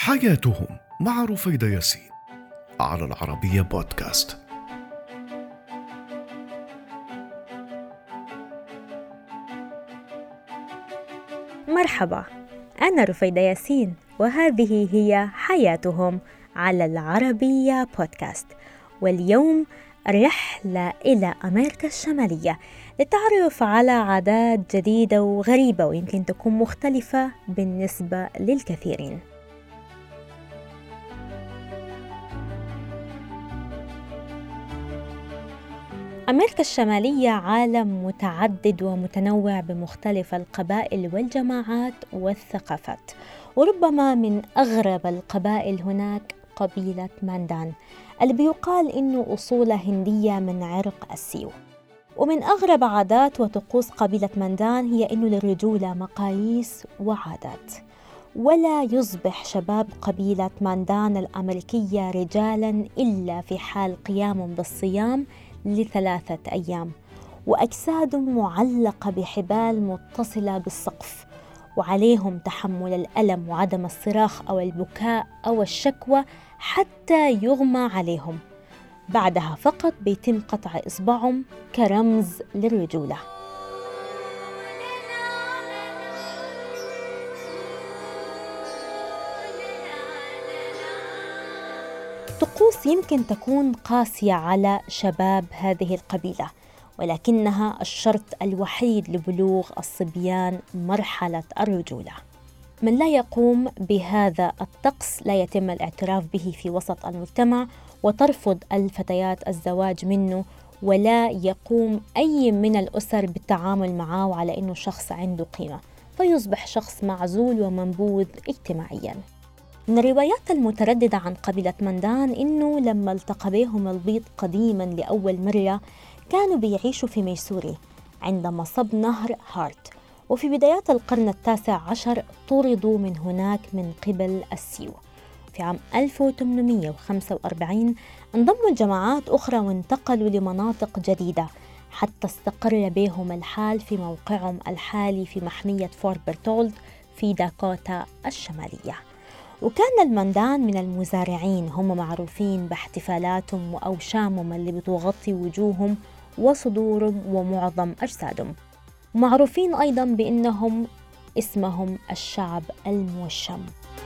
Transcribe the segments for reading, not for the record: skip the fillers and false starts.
حياتهم مع رفيدة ياسين على العربية بودكاست. مرحبا، أنا رفيدة ياسين وهذه هي حياتهم على العربية بودكاست. واليوم رحلة إلى أمريكا الشمالية للتعرف على عادات جديدة وغريبة ويمكن تكون مختلفة بالنسبة للكثيرين. أمريكا الشمالية عالم متعدد ومتنوع بمختلف القبائل والجماعات والثقافات، وربما من أغرب القبائل هناك قبيلة ماندان اللي بيقال إنه أصولها هندية من عرق السيو. ومن أغرب عادات وطقوس قبيلة ماندان هي إنه للرجولة مقاييس وعادات، ولا يصبح شباب قبيلة ماندان الأمريكية رجالاً إلا في حال قيامهم بالصيام ل3 أيام، وأجسادهم معلقة بحبال متصلة بالسقف، وعليهم تحمل الألم وعدم الصراخ أو البكاء أو الشكوى حتى يغمى عليهم. بعدها فقط بيتم قطع إصبعهم كرمز للرجولة. طقوس يمكن تكون قاسية على شباب هذه القبيلة، ولكنها الشرط الوحيد لبلوغ الصبيان مرحلة الرجولة. من لا يقوم بهذا الطقس لا يتم الاعتراف به في وسط المجتمع، وترفض الفتيات الزواج منه، ولا يقوم أي من الأسر بالتعامل معه على أنه شخص عنده قيمة، فيصبح شخص معزول ومنبوذ اجتماعياً. من الروايات المترددة عن قبيلة ماندان إنه لما التقى بهم البيض قديماً لأول مرة كانوا بيعيشوا في ميسوري عند مصب نهر هارت، وفي بدايات القرن 19 طردوا من هناك من قبل السيو. في عام 1845 انضموا لجماعات أخرى وانتقلوا لمناطق جديدة حتى استقر بهم الحال في موقعهم الحالي في محمية فورت برتولد في داكوتا الشمالية. وكان الماندان من المزارعين، هم معروفين باحتفالاتهم وأوشامهم اللي بتغطي وجوههم وصدورهم ومعظم أجسادهم، ومعروفين أيضاً بأنهم اسمهم الشعب الموشم.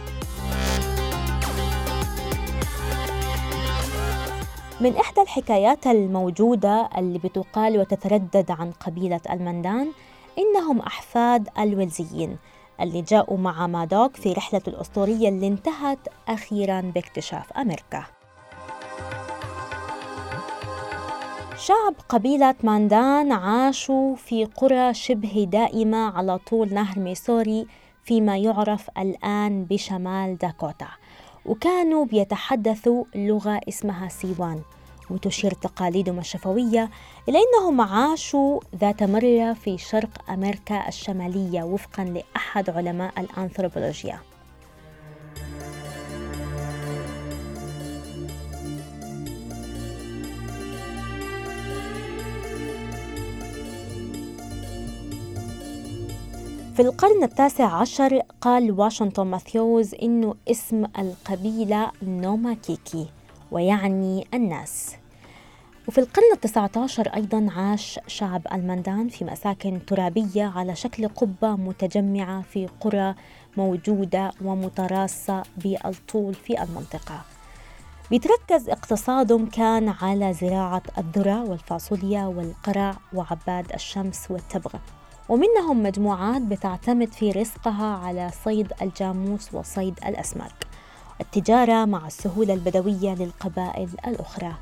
من إحدى الحكايات الموجودة اللي بتقال وتتردد عن قبيلة الماندان إنهم أحفاد الويلزيين اللي جاءوا مع مادوك في رحلة الأسطورية اللي انتهت أخيراً باكتشاف أمريكا. شعب قبيلة ماندان عاشوا في قرى شبه دائمة على طول نهر ميسوري فيما يعرف الآن بشمال داكوتا، وكانوا بيتحدثوا لغة اسمها سيوان، وتشير تقاليدهم الشفوية إلى أنهم عاشوا ذات مرة في شرق أمريكا الشمالية وفقاً لأحد علماء الأنثروبولوجيا. في القرن 19 قال واشنطن ماثيوز إنه اسم القبيلة نوماكيكي ويعني الناس. وفي القرن 19 أيضاً عاش شعب الماندان في مساكن ترابية على شكل قبة متجمعة في قرى موجودة ومتراصة بالطول في المنطقة. بيتركز اقتصادهم كان على زراعة الذرة والفاصوليا والقرع وعباد الشمس والتبغ، ومنهم مجموعات بتعتمد في رزقها على صيد الجاموس وصيد الأسماك، التجارة مع السهولة البدوية للقبائل الأخرى.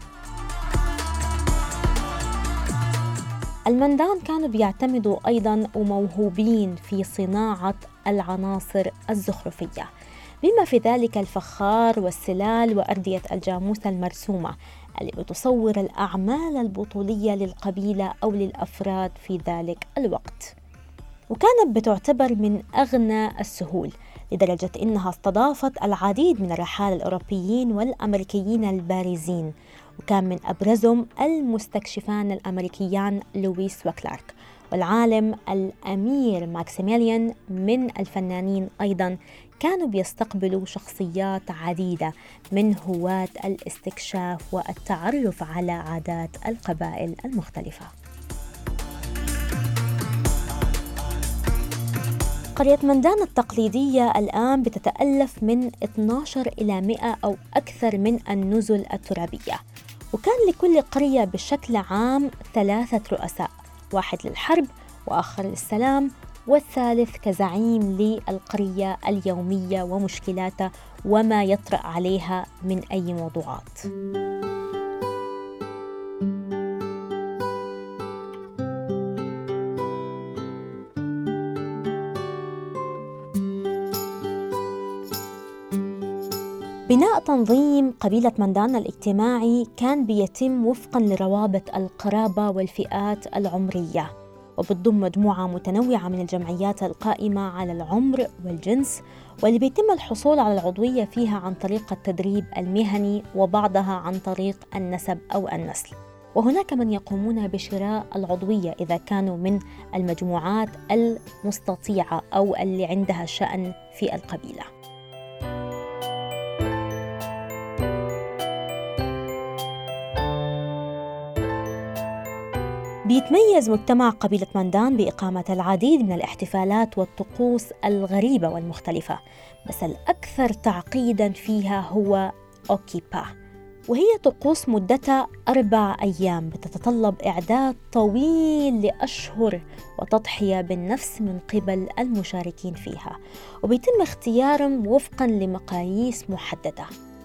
الماندان كانوا بيعتمدوا أيضاً وموهوبين في صناعة العناصر الزخرفية، بما في ذلك الفخار والسلال وأردية الجاموس المرسومة اللي بتصور الأعمال البطولية للقبيلة أو للأفراد في ذلك الوقت. وكانت بتعتبر من أغنى السهول لدرجة إنها استضافت العديد من الرحالة الأوروبيين والأمريكيين البارزين، وكان من أبرزهم المستكشفان الأمريكيان لويس وكلارك والعالم الأمير ماكسيميليان. من الفنانين أيضاً كانوا بيستقبلوا شخصيات عديدة من هواة الاستكشاف والتعرف على عادات القبائل المختلفة. قرية مندان التقليدية الآن بتتألف من 12 إلى 100 أو أكثر من النزل الترابية، وكان لكل قرية بشكل عام 3 رؤساء، واحد للحرب وآخر للسلام والثالث كزعيم للقرية اليومية ومشكلاتها وما يطرأ عليها من أي موضوعات. بناء تنظيم قبيلة مندان الاجتماعي كان بيتم وفقاً لروابط القرابة والفئات العمرية، وبتضم مجموعة متنوعة من الجمعيات القائمة على العمر والجنس، واللي بيتم الحصول على العضوية فيها عن طريق التدريب المهني وبعضها عن طريق النسب أو النسل. وهناك من يقومون بشراء العضوية إذا كانوا من المجموعات المستطيعة أو اللي عندها شأن في القبيلة. بيتميز مجتمع قبيلة مندان بإقامة العديد من الاحتفالات والطقوس الغريبة والمختلفة، بس الأكثر تعقيداً فيها هو أوكيبا، وهي طقوس مدتها 4 أيام بتتطلب إعداد طويل لأشهر وتضحية بالنفس من قبل المشاركين فيها، وبيتم اختيارهم وفقاً لمقاييس محددة.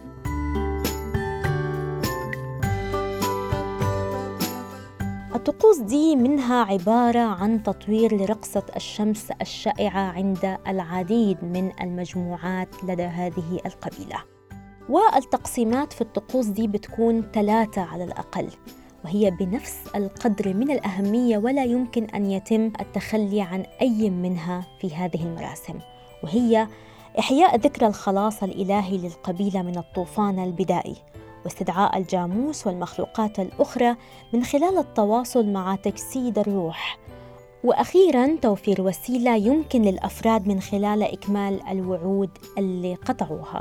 الطقوس دي منها عبارة عن تطوير لرقصة الشمس الشائعة عند العديد من المجموعات لدى هذه القبيلة، والتقسيمات في الطقوس دي بتكون 3 على الأقل، وهي بنفس القدر من الأهمية ولا يمكن أن يتم التخلي عن أي منها في هذه المراسم، وهي إحياء ذكرى الخلاص الإلهي للقبيلة من الطوفان البدائي، واستدعاء الجاموس والمخلوقات الأخرى من خلال التواصل مع تجسيد الروح، وأخيراً توفير وسيلة يمكن للأفراد من خلال إكمال الوعود اللي قطعوها.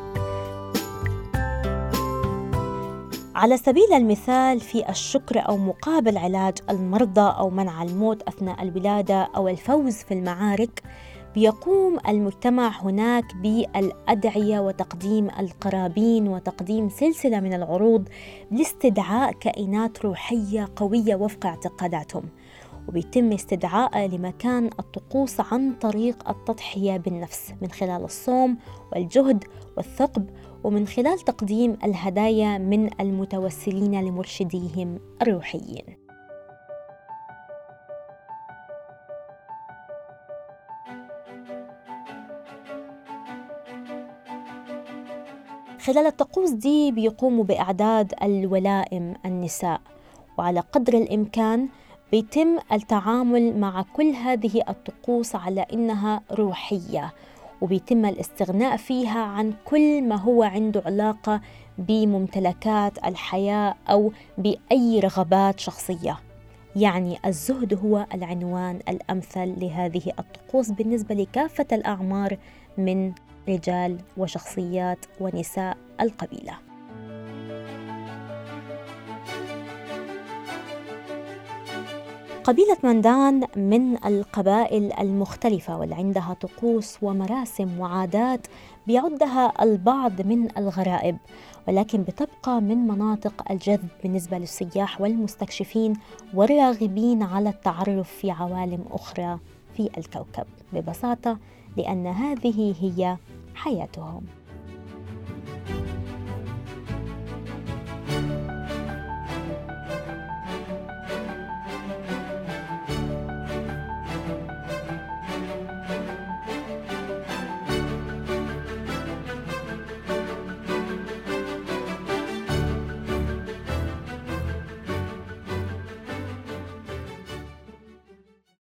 على سبيل المثال في الشكر أو مقابل علاج المرضى أو منع الموت أثناء الولادة أو الفوز في المعارك، بيقوم المجتمع هناك بالأدعية وتقديم القرابين وتقديم سلسلة من العروض لاستدعاء كائنات روحية قوية وفق اعتقاداتهم، وبيتم استدعاء لمكان الطقوس عن طريق التضحية بالنفس من خلال الصوم والجهد والثقب، ومن خلال تقديم الهدايا من المتوسلين لمرشديهم الروحيين. خلال الطقوس دي بيقوموا بإعداد الولائم النساء، وعلى قدر الإمكان بيتم التعامل مع كل هذه الطقوس على إنها روحية، وبيتم الاستغناء فيها عن كل ما هو عنده علاقة بممتلكات الحياة أو بأي رغبات شخصية. يعني الزهد هو العنوان الأمثل لهذه الطقوس بالنسبة لكافة الأعمار من رجال وشخصيات ونساء القبيلة. قبيلة مندان من القبائل المختلفة واللي عندها طقوس ومراسم وعادات بيعدها البعض من الغرائب، ولكن بتبقى من مناطق الجذب بالنسبة للسياح والمستكشفين والراغبين على التعرف في عوالم أخرى في الكوكب، ببساطة لأن هذه هي حياتهم.